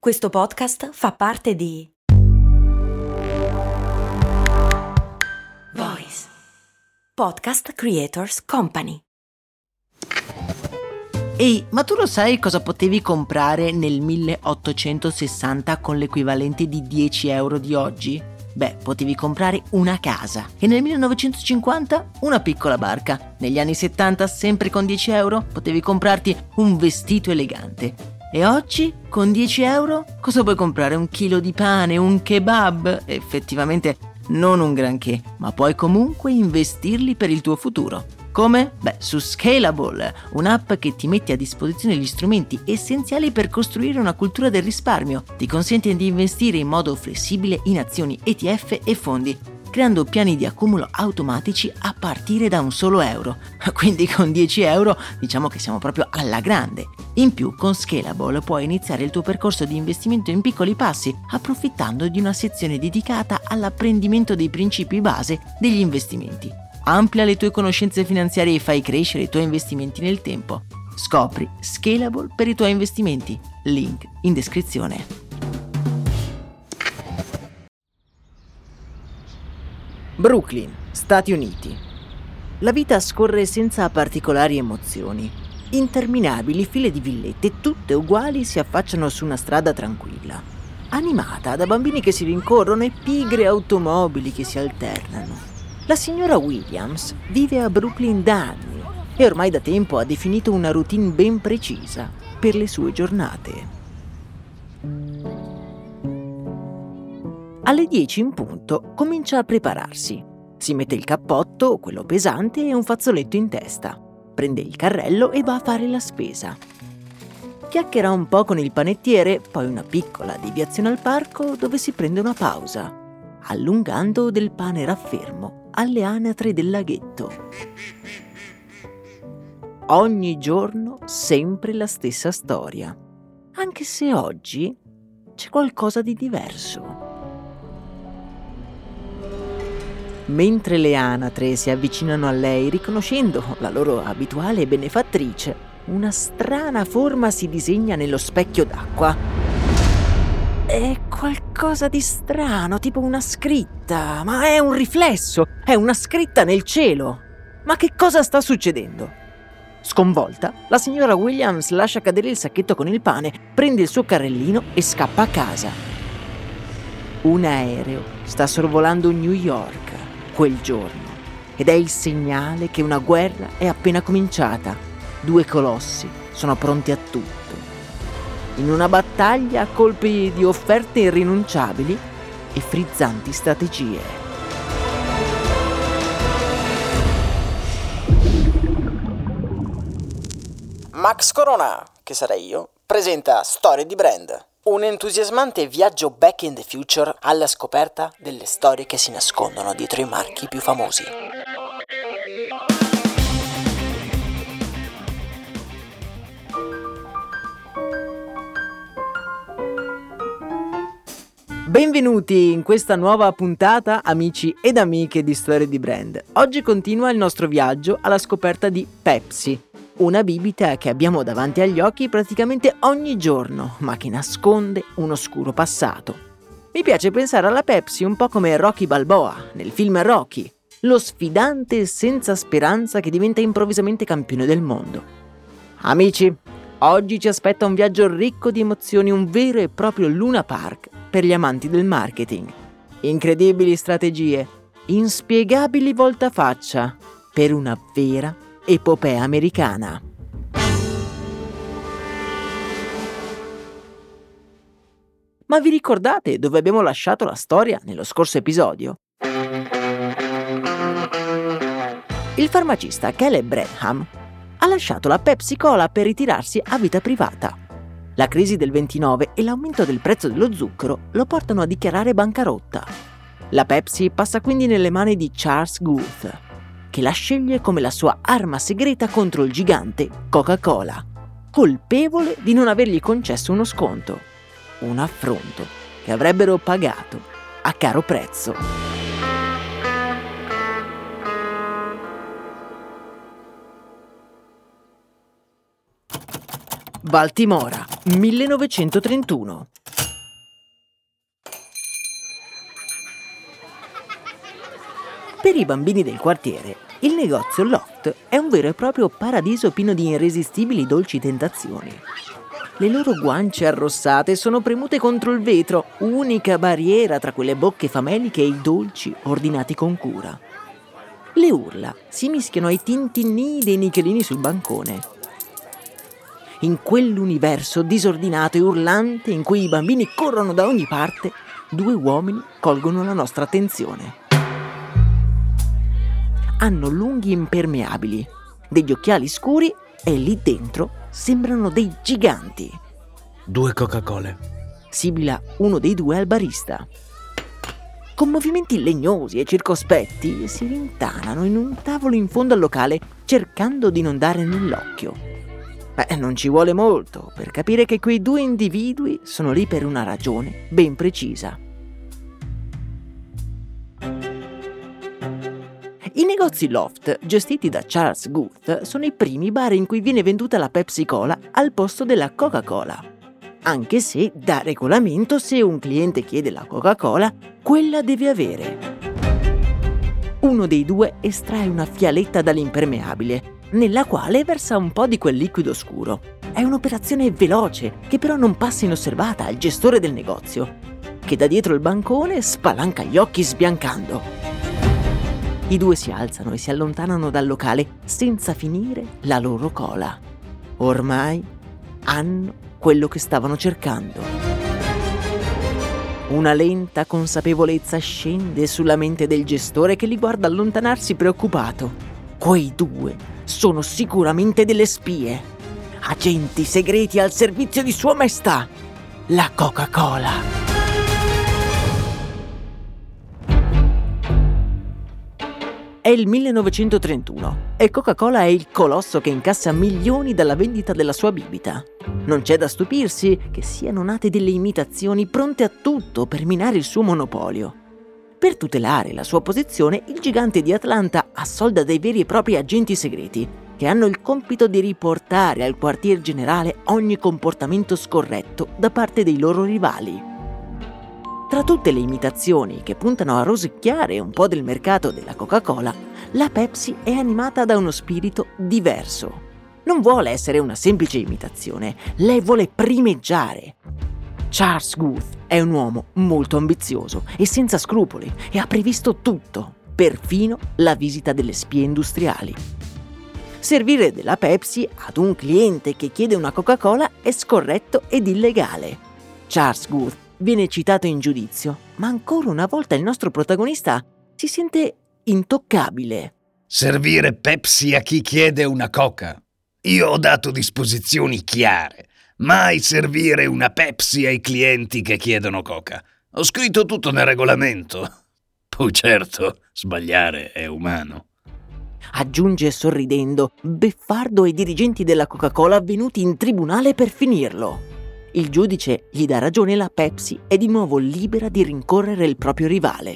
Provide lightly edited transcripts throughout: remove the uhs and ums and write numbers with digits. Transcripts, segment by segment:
Questo podcast fa parte di Voice Podcast Creators Company. Ehi, ma tu lo sai cosa potevi comprare nel 1860 con l'equivalente di 10 euro di oggi? Beh, potevi comprare una casa e nel 1950 una piccola barca. Negli anni 70, sempre con 10 euro, potevi comprarti un vestito elegante. E oggi, con 10 euro, cosa puoi comprare? Un chilo di pane, un kebab? Effettivamente non un granché, ma puoi comunque investirli per il tuo futuro. Come? Beh, su Scalable, un'app che ti mette a disposizione gli strumenti essenziali per costruire una cultura del risparmio. Ti consente di investire in modo flessibile in azioni, ETF e fondi, creando piani di accumulo automatici a partire da un solo euro. Quindi con 10 euro diciamo che siamo proprio alla grande. In più, con Scalable puoi iniziare il tuo percorso di investimento in piccoli passi, approfittando di una sezione dedicata all'apprendimento dei principi base degli investimenti. Amplia le tue conoscenze finanziarie e fai crescere i tuoi investimenti nel tempo. Scopri Scalable per i tuoi investimenti. Link in descrizione. Brooklyn, Stati Uniti. La vita scorre senza particolari emozioni. Interminabili file di villette, tutte uguali, si affacciano su una strada tranquilla, animata da bambini che si rincorrono e pigre automobili che si alternano. La signora Williams vive a Brooklyn da anni e ormai da tempo ha definito una routine ben precisa per le sue giornate. Alle 10 in punto comincia a prepararsi. Si mette il cappotto, quello pesante, e un fazzoletto in testa. Prende il carrello e va a fare la spesa. Chiacchiera un po' con il panettiere, poi una piccola deviazione al parco dove si prende una pausa, allungando del pane raffermo alle anatre del laghetto. Ogni giorno sempre la stessa storia, anche se oggi c'è qualcosa di diverso. Mentre le anatre si avvicinano a lei, riconoscendo la loro abituale benefattrice, una strana forma si disegna nello specchio d'acqua. È qualcosa di strano, tipo una scritta, ma è un riflesso, è una scritta nel cielo. Ma che cosa sta succedendo? Sconvolta, la signora Williams lascia cadere il sacchetto con il pane, prende il suo carrellino e scappa a casa. Un aereo sta sorvolando New York quel giorno ed è il segnale che una guerra è appena cominciata. Due colossi sono pronti a tutto, in una battaglia a colpi di offerte irrinunciabili e frizzanti strategie. Max Corona, che sarei io, presenta Storie di Brand, un entusiasmante viaggio back in the future alla scoperta delle storie che si nascondono dietro i marchi più famosi. Benvenuti in questa nuova puntata, amici ed amiche di Storie di Brand. Oggi continua il nostro viaggio alla scoperta di Pepsi, una bibita che abbiamo davanti agli occhi praticamente ogni giorno, ma che nasconde un oscuro passato. Mi piace pensare alla Pepsi un po' come Rocky Balboa nel film Rocky, lo sfidante senza speranza che diventa improvvisamente campione del mondo. Amici, oggi ci aspetta un viaggio ricco di emozioni, un vero e proprio Luna Park per gli amanti del marketing. Incredibili strategie, inspiegabili voltafaccia per una vera epopea americana. Ma vi ricordate dove abbiamo lasciato la storia nello scorso episodio? Il farmacista Caleb Branham ha lasciato la Pepsi Cola per ritirarsi a vita privata. La crisi del 29 e l'aumento del prezzo dello zucchero lo portano a dichiarare bancarotta. La Pepsi passa quindi nelle mani di Charles Guth, che la sceglie come la sua arma segreta contro il gigante Coca-Cola, colpevole di non avergli concesso uno sconto, un affronto che avrebbero pagato a caro prezzo. Baltimora, 1931. Per i bambini del quartiere, il negozio Loft è un vero e proprio paradiso pieno di irresistibili dolci tentazioni. Le loro guance arrossate sono premute contro il vetro, unica barriera tra quelle bocche fameliche e i dolci ordinati con cura. Le urla si mischiano ai tintinnii dei nichelini sul bancone. In quell'universo disordinato e urlante in cui i bambini corrono da ogni parte, due uomini colgono la nostra attenzione. Hanno lunghi impermeabili, degli occhiali scuri e lì dentro sembrano dei giganti. 2 Coca-Cola. Sibila uno dei due al barista. Con movimenti legnosi e circospetti si rintanano in un tavolo in fondo al locale cercando di non dare nell'occhio. Non ci vuole molto per capire che quei due individui sono lì per una ragione ben precisa. I negozi Loft, gestiti da Charles Guth, sono i primi bar in cui viene venduta la Pepsi Cola al posto della Coca-Cola. Anche se, da regolamento, se un cliente chiede la Coca-Cola, quella deve avere. Uno dei due estrae una fialetta dall'impermeabile, nella quale versa un po' di quel liquido scuro. È un'operazione veloce, che però non passa inosservata al gestore del negozio, che da dietro il bancone spalanca gli occhi sbiancando. I due si alzano e si allontanano dal locale senza finire la loro cola. Ormai hanno quello che stavano cercando. Una lenta consapevolezza scende sulla mente del gestore che li guarda allontanarsi preoccupato. Quei due sono sicuramente delle spie, agenti segreti al servizio di Sua Maestà, la Coca-Cola. È il 1931 e Coca-Cola è il colosso che incassa milioni dalla vendita della sua bibita. Non c'è da stupirsi che siano nate delle imitazioni pronte a tutto per minare il suo monopolio. Per tutelare la sua posizione, il gigante di Atlanta assolda dei veri e propri agenti segreti che hanno il compito di riportare al quartier generale ogni comportamento scorretto da parte dei loro rivali. Tra tutte le imitazioni che puntano a rosicchiare un po' del mercato della Coca-Cola, la Pepsi è animata da uno spirito diverso. Non vuole essere una semplice imitazione, lei vuole primeggiare. Charles Guth è un uomo molto ambizioso e senza scrupoli e ha previsto tutto, perfino la visita delle spie industriali. Servire della Pepsi ad un cliente che chiede una Coca-Cola è scorretto ed illegale. Charles Guth viene citato in giudizio, ma ancora una volta il nostro protagonista si sente intoccabile. Servire Pepsi a chi chiede una Coca. Io ho dato disposizioni chiare. Mai servire una Pepsi ai clienti che chiedono Coca. Ho scritto tutto nel regolamento. Poi certo, sbagliare è umano. Aggiunge sorridendo, beffardo ai dirigenti della Coca-Cola venuti in tribunale per finirlo. Il giudice gli dà ragione e la Pepsi è di nuovo libera di rincorrere il proprio rivale.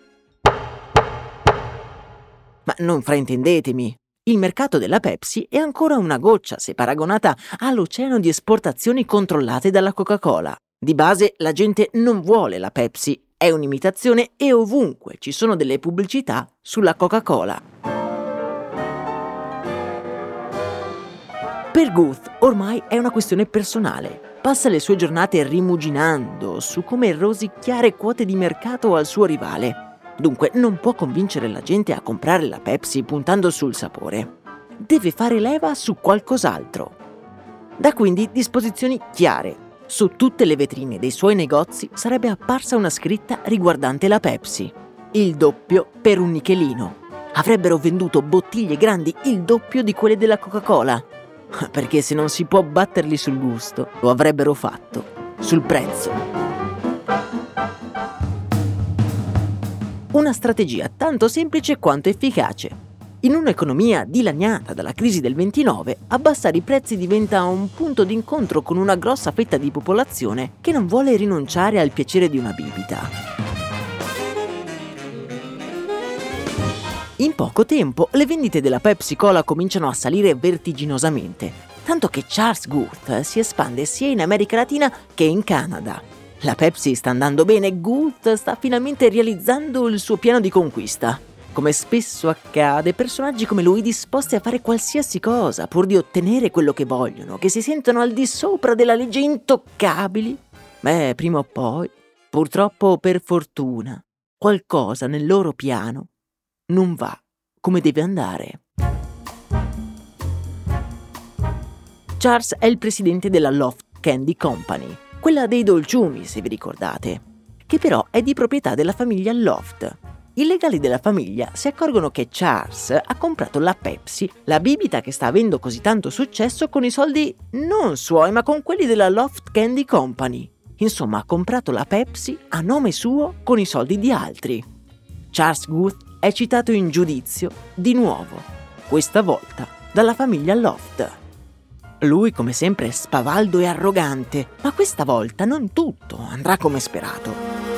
Ma non fraintendetemi, il mercato della Pepsi è ancora una goccia se paragonata all'oceano di esportazioni controllate dalla Coca-Cola. Di base la gente non vuole la Pepsi, è un'imitazione e ovunque ci sono delle pubblicità sulla Coca-Cola. Per Guth ormai è una questione personale. Passa le sue giornate rimuginando su come rosicchiare quote di mercato al suo rivale. Dunque non può convincere la gente a comprare la Pepsi puntando sul sapore. Deve fare leva su qualcos'altro. Dà quindi disposizioni chiare. Su tutte le vetrine dei suoi negozi sarebbe apparsa una scritta riguardante la Pepsi. Il doppio per un nichelino. Avrebbero venduto bottiglie grandi il doppio di quelle della Coca-Cola. Perché se non si può batterli sul gusto, lo avrebbero fatto sul prezzo. Una strategia tanto semplice quanto efficace. In un'economia dilaniata dalla crisi del 29, abbassare i prezzi diventa un punto d'incontro con una grossa fetta di popolazione che non vuole rinunciare al piacere di una bibita. In poco tempo le vendite della Pepsi Cola cominciano a salire vertiginosamente. tanto che Charles Guth si espande sia in America Latina che in Canada. La Pepsi sta andando bene, Guth sta finalmente realizzando il suo piano di conquista. Come spesso accade, personaggi come lui disposti a fare qualsiasi cosa pur di ottenere quello che vogliono, che si sentono al di sopra della legge intoccabili, prima o poi, purtroppo o per fortuna, qualcosa nel loro piano non va come deve andare. Charles è il presidente della Loft Candy Company, quella dei dolciumi, se vi ricordate, che però è di proprietà della famiglia Loft. I legali della famiglia si accorgono che Charles ha comprato la Pepsi, la bibita che sta avendo così tanto successo, con i soldi non suoi ma con quelli della Loft Candy Company. Insomma, ha comprato la Pepsi a nome suo con i soldi di altri. Charles Guth è citato in giudizio di nuovo, questa volta dalla famiglia Loft. Lui, come sempre, è spavaldo e arrogante, ma questa volta non tutto andrà come sperato.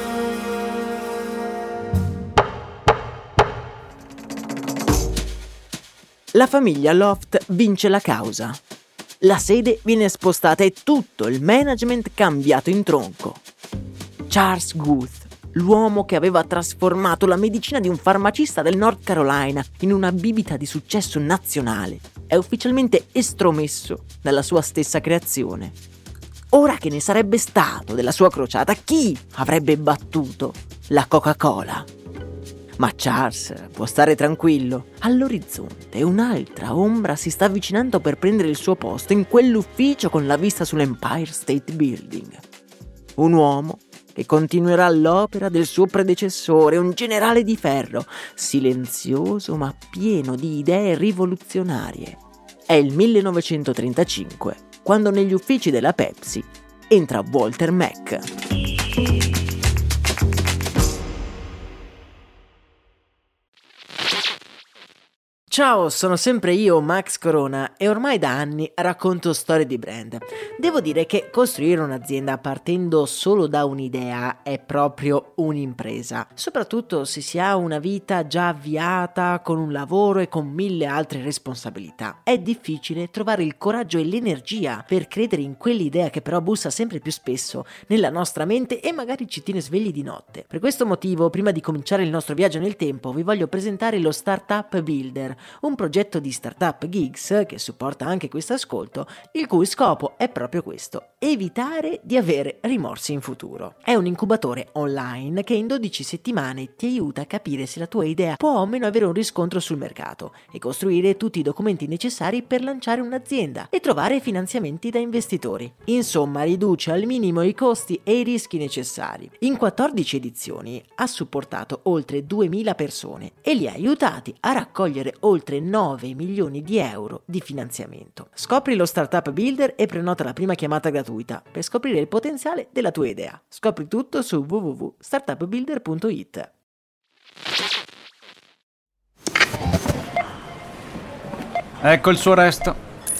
La famiglia Loft vince la causa. La sede viene spostata e tutto il management cambiato in tronco. Charles Guth, l'uomo che aveva trasformato la medicina di un farmacista del North Carolina in una bibita di successo nazionale, è ufficialmente estromesso dalla sua stessa creazione. Ora che ne sarebbe stato della sua crociata, chi avrebbe battuto la Coca-Cola? Ma Charles può stare tranquillo. All'orizzonte un'altra ombra si sta avvicinando per prendere il suo posto in quell'ufficio con la vista sull'Empire State Building. Un uomo che continuerà l'opera del suo predecessore, un generale di ferro, silenzioso ma pieno di idee rivoluzionarie. È il 1935, quando negli uffici della Pepsi entra Walter Mack. Ciao, sono sempre io, Max Corona, e ormai da anni racconto storie di brand. Devo dire che costruire un'azienda partendo solo da un'idea è proprio un'impresa, soprattutto se si ha una vita già avviata con un lavoro e con 1000 altre responsabilità. È difficile trovare il coraggio e l'energia per credere in quell'idea che però bussa sempre più spesso nella nostra mente e magari ci tiene svegli di notte. Per questo motivo, prima di cominciare il nostro viaggio nel tempo, vi voglio presentare lo Startup Builder, un progetto di Startup Geeks che supporta anche questo ascolto, il cui scopo è proprio questo: evitare di avere rimorsi in futuro. È un incubatore online che in 12 settimane ti aiuta a capire se la tua idea può o meno avere un riscontro sul mercato e costruire tutti i documenti necessari per lanciare un'azienda e trovare finanziamenti da investitori. Insomma, riduce al minimo i costi e i rischi necessari. In 14 edizioni ha supportato oltre 2000 persone e li ha aiutati a raccogliere oltre 9 milioni di euro di finanziamento. Scopri lo Startup Builder e prenota la prima chiamata gratuita per scoprire il potenziale della tua idea. Scopri tutto su www.startupbuilder.it. Ecco il suo resto.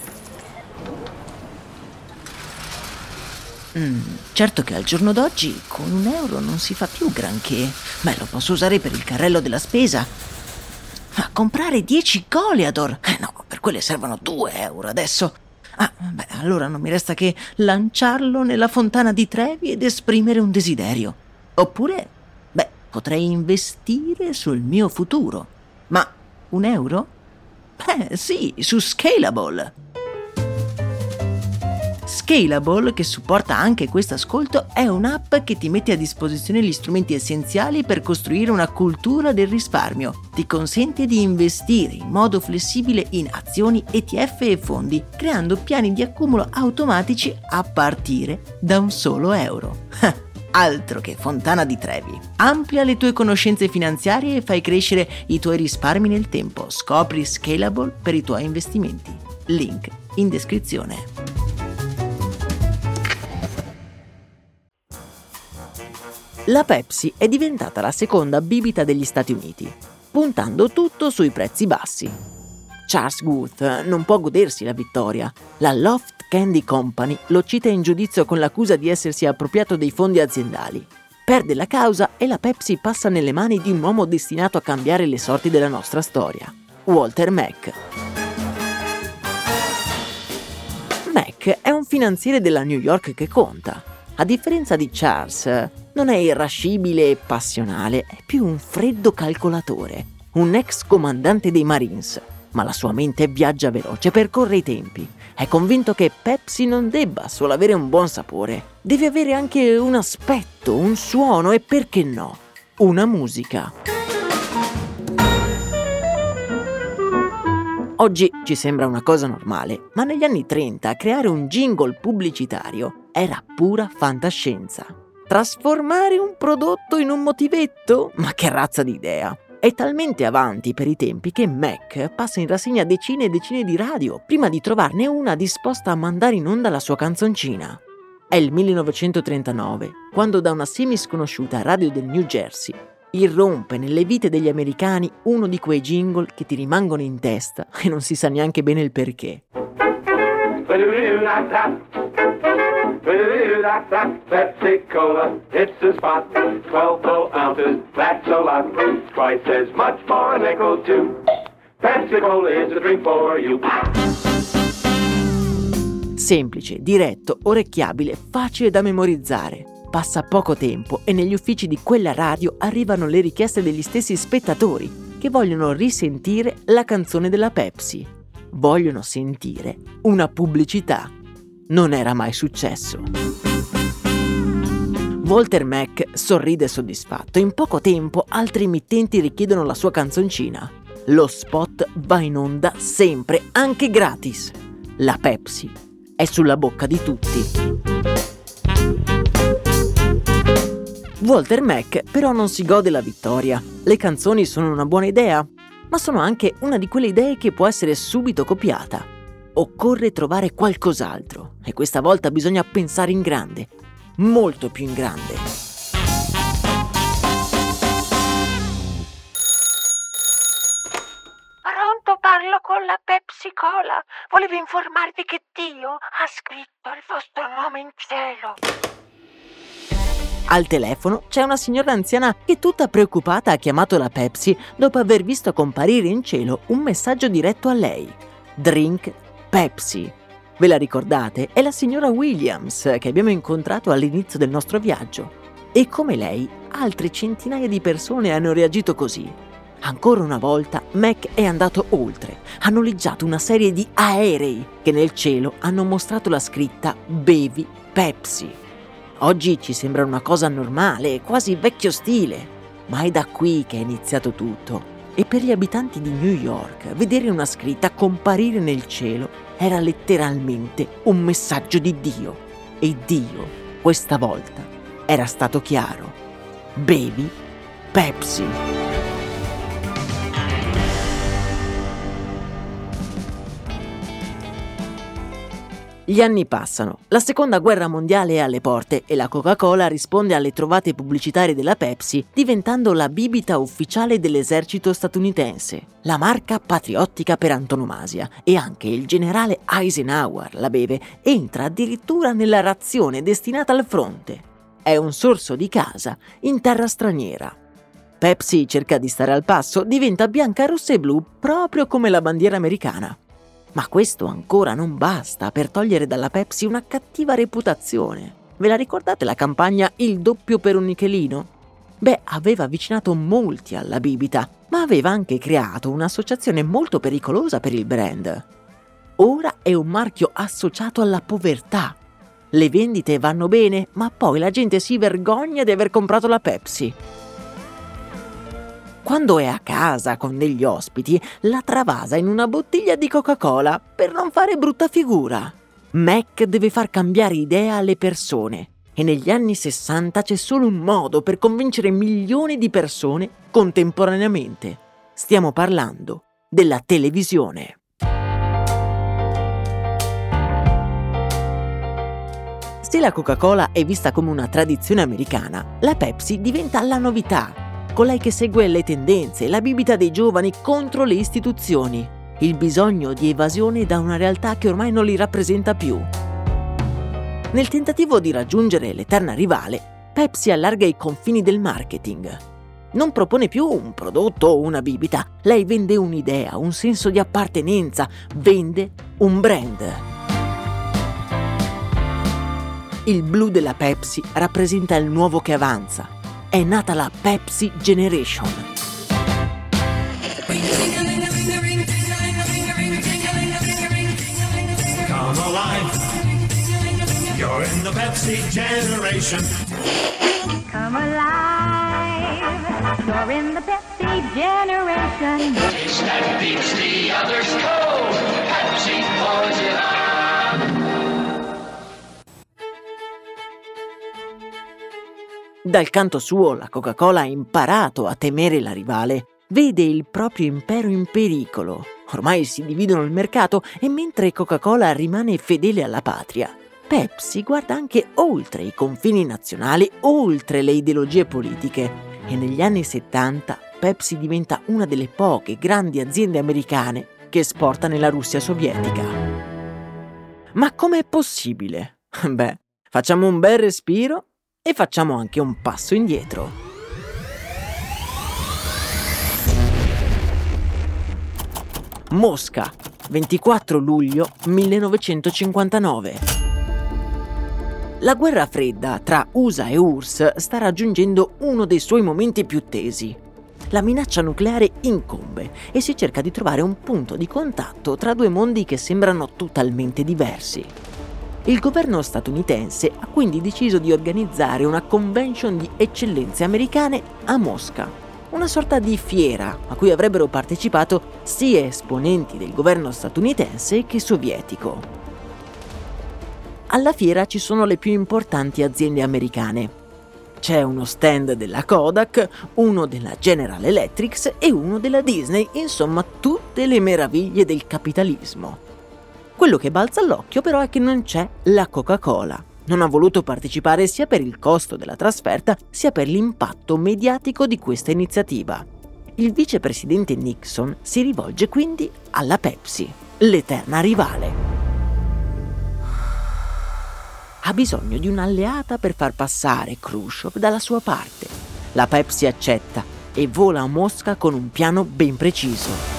Certo che al giorno d'oggi con €1 non si fa più granché. Lo posso usare per il carrello della spesa. Ma comprare 10 Goliador? No, per quelle servono €2 adesso. Allora non mi resta che lanciarlo nella fontana di Trevi ed esprimere un desiderio. Oppure, potrei investire sul mio futuro. Ma €1? Sì, su Scalable. Scalable, che supporta anche questo ascolto, è un'app che ti mette a disposizione gli strumenti essenziali per costruire una cultura del risparmio. Ti consente di investire in modo flessibile in azioni, ETF e fondi, creando piani di accumulo automatici a partire da un solo euro. Altro che fontana di Trevi. Amplia le tue conoscenze finanziarie e fai crescere i tuoi risparmi nel tempo. Scopri Scalable per i tuoi investimenti. Link in descrizione. La Pepsi è diventata la seconda bibita degli Stati Uniti, puntando tutto sui prezzi bassi. Charles Guth non può godersi la vittoria. La Loft Candy Company lo cita in giudizio con l'accusa di essersi appropriato dei fondi aziendali. Perde la causa e la Pepsi passa nelle mani di un uomo destinato a cambiare le sorti della nostra storia, Walter Mack. Mac è un finanziere della New York che conta. A differenza di Charles, non è irascibile e passionale, è più un freddo calcolatore, un ex comandante dei Marines, ma la sua mente viaggia veloce, percorre i tempi. È convinto che Pepsi non debba solo avere un buon sapore, deve avere anche un aspetto, un suono e, perché no, una musica. Oggi ci sembra una cosa normale, ma negli anni 30 creare un jingle pubblicitario era pura fantascienza. Trasformare un prodotto in un motivetto? Ma che razza di idea! È talmente avanti per i tempi che Mac passa in rassegna decine e decine di radio prima di trovarne una disposta a mandare in onda la sua canzoncina. È il 1939, quando da una semi-sconosciuta radio del New Jersey irrompe nelle vite degli americani uno di quei jingle che ti rimangono in testa e non si sa neanche bene il perché. Pepsi Cola, it's a spot. 12 ounces, that's a lot. Twice as much for a nickel too. Pepsi Cola is a drink for you. Semplice, diretto, orecchiabile, facile da memorizzare. Passa poco tempo e negli uffici di quella radio arrivano le richieste degli stessi spettatori che vogliono risentire la canzone della Pepsi. Vogliono sentire una pubblicità. Non era mai successo. Walter Mac sorride soddisfatto. In poco tempo altri emittenti richiedono la sua canzoncina. Lo spot va in onda sempre, anche gratis. La Pepsi è sulla bocca di tutti. Walter Mac però non si gode la vittoria. Le canzoni sono una buona idea, ma sono anche una di quelle idee che può essere subito copiata. Occorre trovare qualcos'altro e questa volta bisogna pensare in grande, molto più in grande. Pronto, parlo con la Pepsi Cola. Volevo informarvi che Dio ha scritto il vostro nome in cielo. Al telefono c'è una signora anziana che tutta preoccupata ha chiamato la Pepsi dopo aver visto comparire in cielo un messaggio diretto a lei. Drink Pepsi. Ve la ricordate? È la signora Williams che abbiamo incontrato all'inizio del nostro viaggio. E come lei, altre centinaia di persone hanno reagito così. Ancora una volta Mac è andato oltre. Ha noleggiato una serie di aerei che nel cielo hanno mostrato la scritta Bevi Pepsi. Oggi ci sembra una cosa normale, quasi vecchio stile, ma è da qui che è iniziato tutto. E per gli abitanti di New York, vedere una scritta comparire nel cielo era letteralmente un messaggio di Dio. E Dio, questa volta, era stato chiaro. Bevi Pepsi. Gli anni passano, la seconda guerra mondiale è alle porte e la Coca-Cola risponde alle trovate pubblicitarie della Pepsi diventando la bibita ufficiale dell'esercito statunitense, la marca patriottica per antonomasia, e anche il generale Eisenhower la beve, entra addirittura nella razione destinata al fronte. È un sorso di casa in terra straniera. Pepsi cerca di stare al passo, diventa bianca, rossa e blu proprio come la bandiera americana. Ma questo ancora non basta per togliere dalla Pepsi una cattiva reputazione. Ve la ricordate la campagna Il doppio per un nichelino? Beh, aveva avvicinato molti alla bibita, ma aveva anche creato un'associazione molto pericolosa per il brand. Ora è un marchio associato alla povertà. Le vendite vanno bene, ma poi la gente si vergogna di aver comprato la Pepsi. Quando è a casa con degli ospiti, la travasa in una bottiglia di Coca-Cola per non fare brutta figura. Mac deve far cambiare idea alle persone e negli anni 60 c'è solo un modo per convincere milioni di persone contemporaneamente. Stiamo parlando della televisione. Se la Coca-Cola è vista come una tradizione americana, la Pepsi diventa la novità. Colei che segue le tendenze, la bibita dei giovani contro le istituzioni, il bisogno di evasione da una realtà che ormai non li rappresenta più. Nel tentativo di raggiungere l'eterna rivale, Pepsi allarga i confini del marketing. Non propone più un prodotto o una bibita, lei vende un'idea, un senso di appartenenza, vende un brand. Il blu della Pepsi rappresenta il nuovo che avanza. È nata la Pepsi Generation. Come alive. You're in the Pepsi generation. Come alive. You're in the Pepsi generation. Taste that beats the others cold. Pepsi pours it on. Dal canto suo, la Coca-Cola ha imparato a temere la rivale. Vede il proprio impero in pericolo. Ormai si dividono il mercato e mentre Coca-Cola rimane fedele alla patria, Pepsi guarda anche oltre i confini nazionali, oltre le ideologie politiche. E negli anni 70 Pepsi diventa una delle poche grandi aziende americane che esporta nella Russia sovietica. Ma com'è possibile? Beh, facciamo un bel respiro e facciamo anche un passo indietro. Mosca, 24 luglio 1959. La guerra fredda tra USA e URSS sta raggiungendo uno dei suoi momenti più tesi. La minaccia nucleare incombe e si cerca di trovare un punto di contatto tra due mondi che sembrano totalmente diversi. Il governo statunitense ha quindi deciso di organizzare una convention di eccellenze americane a Mosca. Una sorta di fiera a cui avrebbero partecipato sia esponenti del governo statunitense che sovietico. Alla fiera ci sono le più importanti aziende americane. C'è uno stand della Kodak, uno della General Electric e uno della Disney, insomma tutte le meraviglie del capitalismo. Quello che balza all'occhio però è che non c'è la Coca-Cola. Non ha voluto partecipare sia per il costo della trasferta sia per l'impatto mediatico di questa iniziativa. Il vicepresidente Nixon si rivolge quindi alla Pepsi, l'eterna rivale. Ha bisogno di un'alleata per far passare Khrushchev dalla sua parte. La Pepsi accetta e vola a Mosca con un piano ben preciso.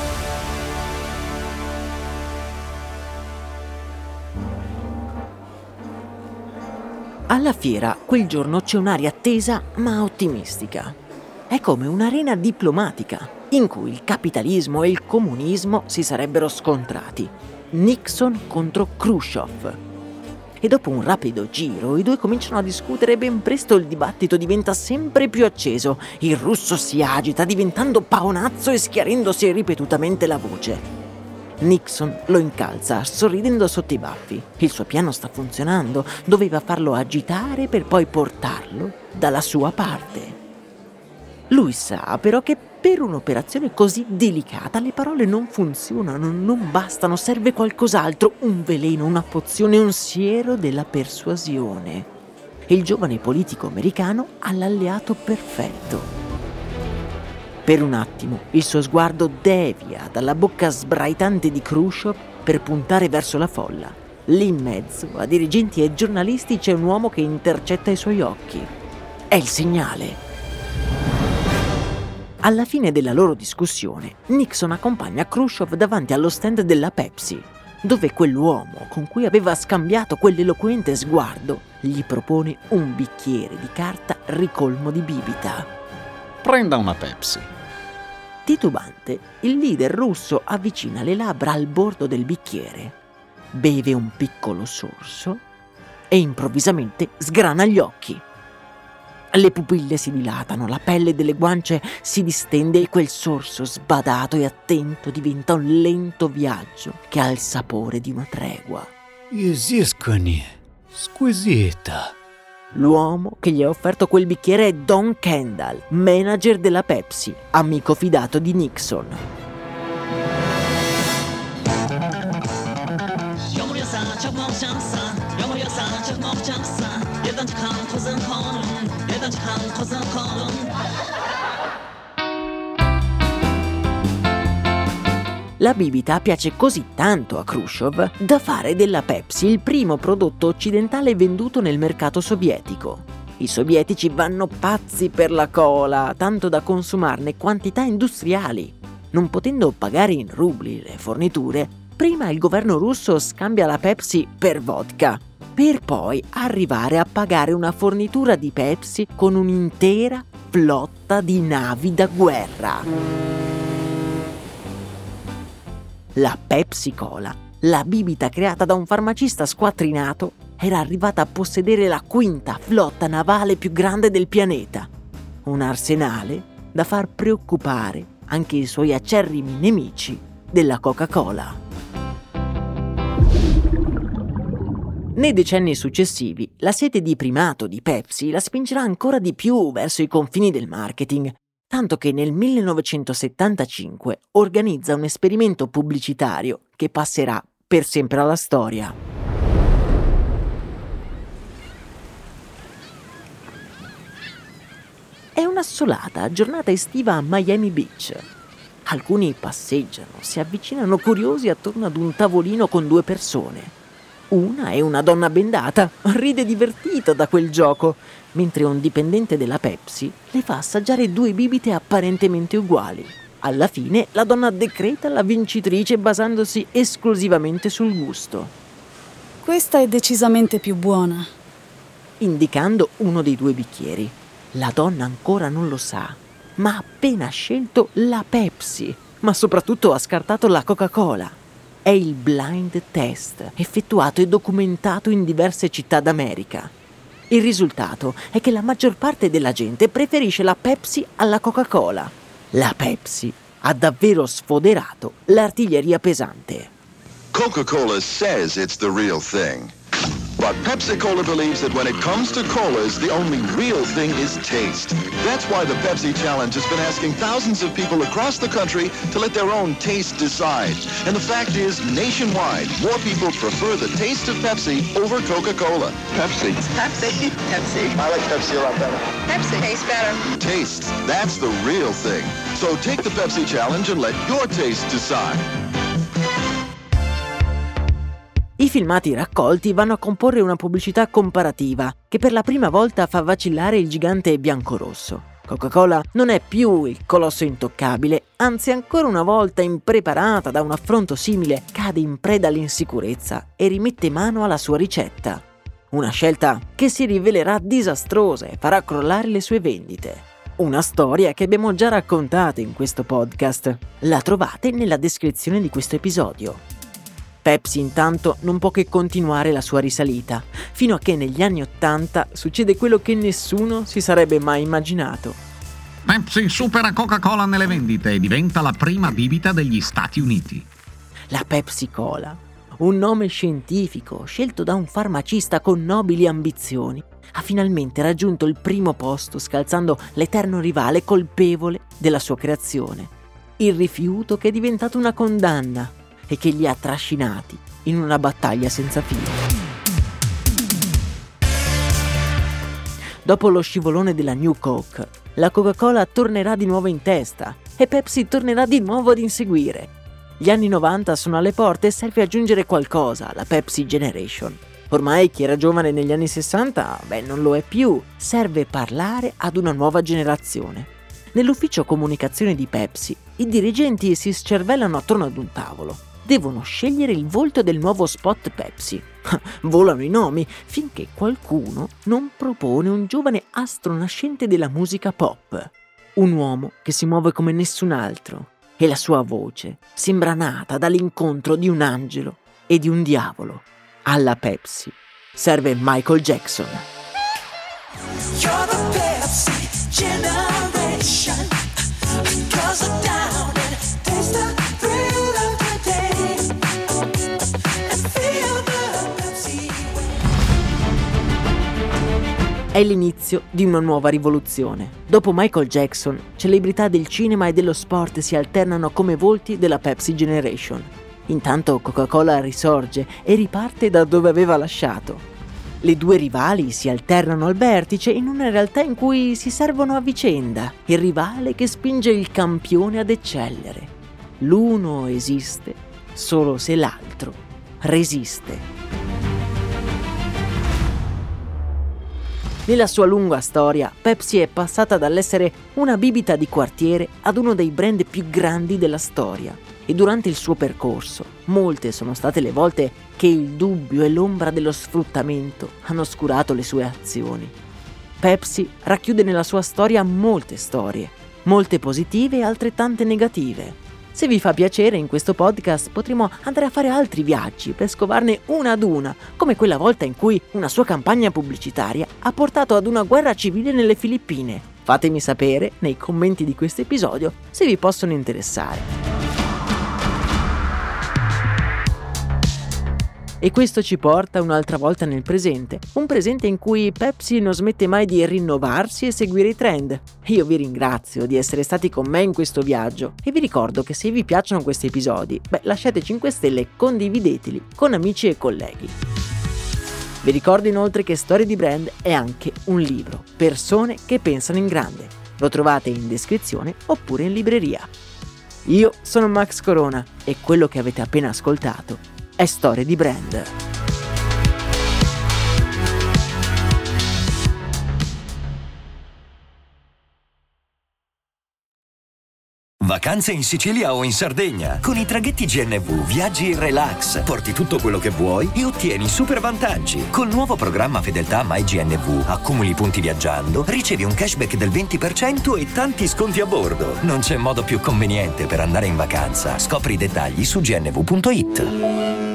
Alla fiera, quel giorno c'è un'aria tesa ma ottimistica. È come un'arena diplomatica, in cui il capitalismo e il comunismo si sarebbero scontrati. Nixon contro Khrushchev. E dopo un rapido giro, i due cominciano a discutere e ben presto il dibattito diventa sempre più acceso. Il russo si agita, diventando paonazzo e schiarendosi ripetutamente la voce. Nixon lo incalza, sorridendo sotto i baffi. Il suo piano sta funzionando, doveva farlo agitare per poi portarlo dalla sua parte. Lui sa però che per un'operazione così delicata le parole non funzionano, non bastano, serve qualcos'altro, un veleno, una pozione, un siero della persuasione. Il giovane politico americano ha l'alleato perfetto. Per un attimo il suo sguardo devia dalla bocca sbraitante di Khrushchev per puntare verso la folla. Lì in mezzo, a dirigenti e giornalisti, c'è un uomo che intercetta i suoi occhi. È il segnale. Alla fine della loro discussione, Nixon accompagna Khrushchev davanti allo stand della Pepsi, dove quell'uomo con cui aveva scambiato quell'eloquente sguardo gli propone un bicchiere di carta ricolmo di bibita. Prenda una Pepsi. Titubante, il leader russo avvicina le labbra al bordo del bicchiere, beve un piccolo sorso e improvvisamente sgrana gli occhi. Le pupille si dilatano, la pelle delle guance si distende e quel sorso sbadato e attento diventa un lento viaggio che ha il sapore di una tregua. Изысканнее, squisita. L'uomo che gli ha offerto quel bicchiere è Don Kendall, manager della Pepsi, amico fidato di Nixon. La bibita piace così tanto a Khrushchev da fare della Pepsi il primo prodotto occidentale venduto nel mercato sovietico. I sovietici vanno pazzi per la cola, tanto da consumarne quantità industriali. Non potendo pagare in rubli le forniture, prima il governo russo scambia la Pepsi per vodka. per poi arrivare a pagare una fornitura di Pepsi con un'intera flotta di navi da guerra. La Pepsi Cola, la bibita creata da un farmacista squattrinato, era arrivata a possedere la quinta flotta navale più grande del pianeta. Un arsenale da far preoccupare anche i suoi acerrimi nemici della Coca-Cola. Nei decenni successivi, la sete di primato di Pepsi la spingerà ancora di più verso i confini del marketing, tanto che nel 1975 organizza un esperimento pubblicitario che passerà per sempre alla storia. È un'assolata giornata estiva a Miami Beach. Alcuni passeggiano, si avvicinano curiosi attorno ad un tavolino con due persone. Una è una donna bendata, ride divertita da quel gioco, mentre un dipendente della Pepsi le fa assaggiare due bibite apparentemente uguali. Alla fine la donna decreta la vincitrice basandosi esclusivamente sul gusto. Questa è decisamente più buona, indicando uno dei due bicchieri. La donna ancora non lo sa, ma ha appena scelto la Pepsi, ma soprattutto ha scartato la Coca-Cola. È il blind test, effettuato e documentato in diverse città d'America. Il risultato è che la maggior parte della gente preferisce la Pepsi alla Coca-Cola. La Pepsi ha davvero sfoderato l'artiglieria pesante. Coca-Cola says it's the real thing. But Pepsi-Cola believes that when it comes to colas, the only real thing is taste. That's why the Pepsi Challenge has been asking thousands of people across the country to let their own taste decide. And the fact is, nationwide, more people prefer the taste of Pepsi over Coca-Cola. Pepsi. Pepsi. Pepsi. I like Pepsi a lot better. Pepsi tastes better. Taste, that's the real thing. So take the Pepsi Challenge and let your taste decide. I filmati raccolti vanno a comporre una pubblicità comparativa che per la prima volta fa vacillare il gigante biancorosso. Coca-Cola non è più il colosso intoccabile, anzi ancora una volta impreparata da un affronto simile cade in preda all'insicurezza e rimette mano alla sua ricetta. Una scelta che si rivelerà disastrosa e farà crollare le sue vendite. Una storia che abbiamo già raccontato in questo podcast. La trovate nella descrizione di questo episodio. Pepsi intanto non può che continuare la sua risalita, fino a che negli anni '80 succede quello che nessuno si sarebbe mai immaginato. Pepsi supera Coca-Cola nelle vendite e diventa la prima bibita degli Stati Uniti. La Pepsi Cola, un nome scientifico scelto da un farmacista con nobili ambizioni, ha finalmente raggiunto il primo posto scalzando l'eterno rivale colpevole della sua creazione. Il rifiuto che è diventato una condanna e che li ha trascinati in una battaglia senza fine. Dopo lo scivolone della New Coke, la Coca-Cola tornerà di nuovo in testa e Pepsi tornerà di nuovo ad inseguire. Gli anni 90 sono alle porte e serve aggiungere qualcosa alla Pepsi Generation. Ormai chi era giovane negli anni 60, non lo è più. Serve parlare ad una nuova generazione. Nell'ufficio comunicazione di Pepsi, i dirigenti si scervellano attorno ad un tavolo. Devono scegliere il volto del nuovo spot Pepsi. Volano i nomi finché qualcuno non propone un giovane astro nascente della musica pop. Un uomo che si muove come nessun altro e la sua voce sembra nata dall'incontro di un angelo e di un diavolo. Alla Pepsi serve Michael Jackson. You're the Pepsi generation. Goes down and taste the thrill of the day. And feel the Pepsi. È l'inizio di una nuova rivoluzione. Dopo Michael Jackson, celebrità del cinema e dello sport si alternano come volti della Pepsi Generation. Intanto Coca-Cola risorge e riparte da dove aveva lasciato. Le due rivali si alternano al vertice in una realtà in cui si servono a vicenda, il rivale che spinge il campione ad eccellere. L'uno esiste solo se l'altro resiste. Nella sua lunga storia, Pepsi è passata dall'essere una bibita di quartiere ad uno dei brand più grandi della storia. E durante il suo percorso, molte sono state le volte che il dubbio e l'ombra dello sfruttamento hanno oscurato le sue azioni. Pepsi racchiude nella sua storia molte storie, molte positive e altrettante negative. Se vi fa piacere, in questo podcast potremo andare a fare altri viaggi per scovarne una ad una, come quella volta in cui una sua campagna pubblicitaria ha portato ad una guerra civile nelle Filippine. Fatemi sapere nei commenti di questo episodio se vi possono interessare. E questo ci porta un'altra volta nel presente, un presente in cui Pepsi non smette mai di rinnovarsi e seguire i trend. Io vi ringrazio di essere stati con me in questo viaggio e vi ricordo che se vi piacciono questi episodi, lasciate 5 stelle e condivideteli con amici e colleghi. Vi ricordo inoltre che Storie di Brand è anche un libro, Persone che pensano in grande. Lo trovate in descrizione oppure in libreria. Io sono Max Corona e quello che avete appena ascoltato è Storie di Brand. Vacanze in Sicilia o in Sardegna. Con i traghetti GNV viaggi in relax, porti tutto quello che vuoi e ottieni super vantaggi. Col nuovo programma Fedeltà MyGNV accumuli punti viaggiando, ricevi un cashback del 20% e tanti sconti a bordo. Non c'è modo più conveniente per andare in vacanza. Scopri i dettagli su gnv.it.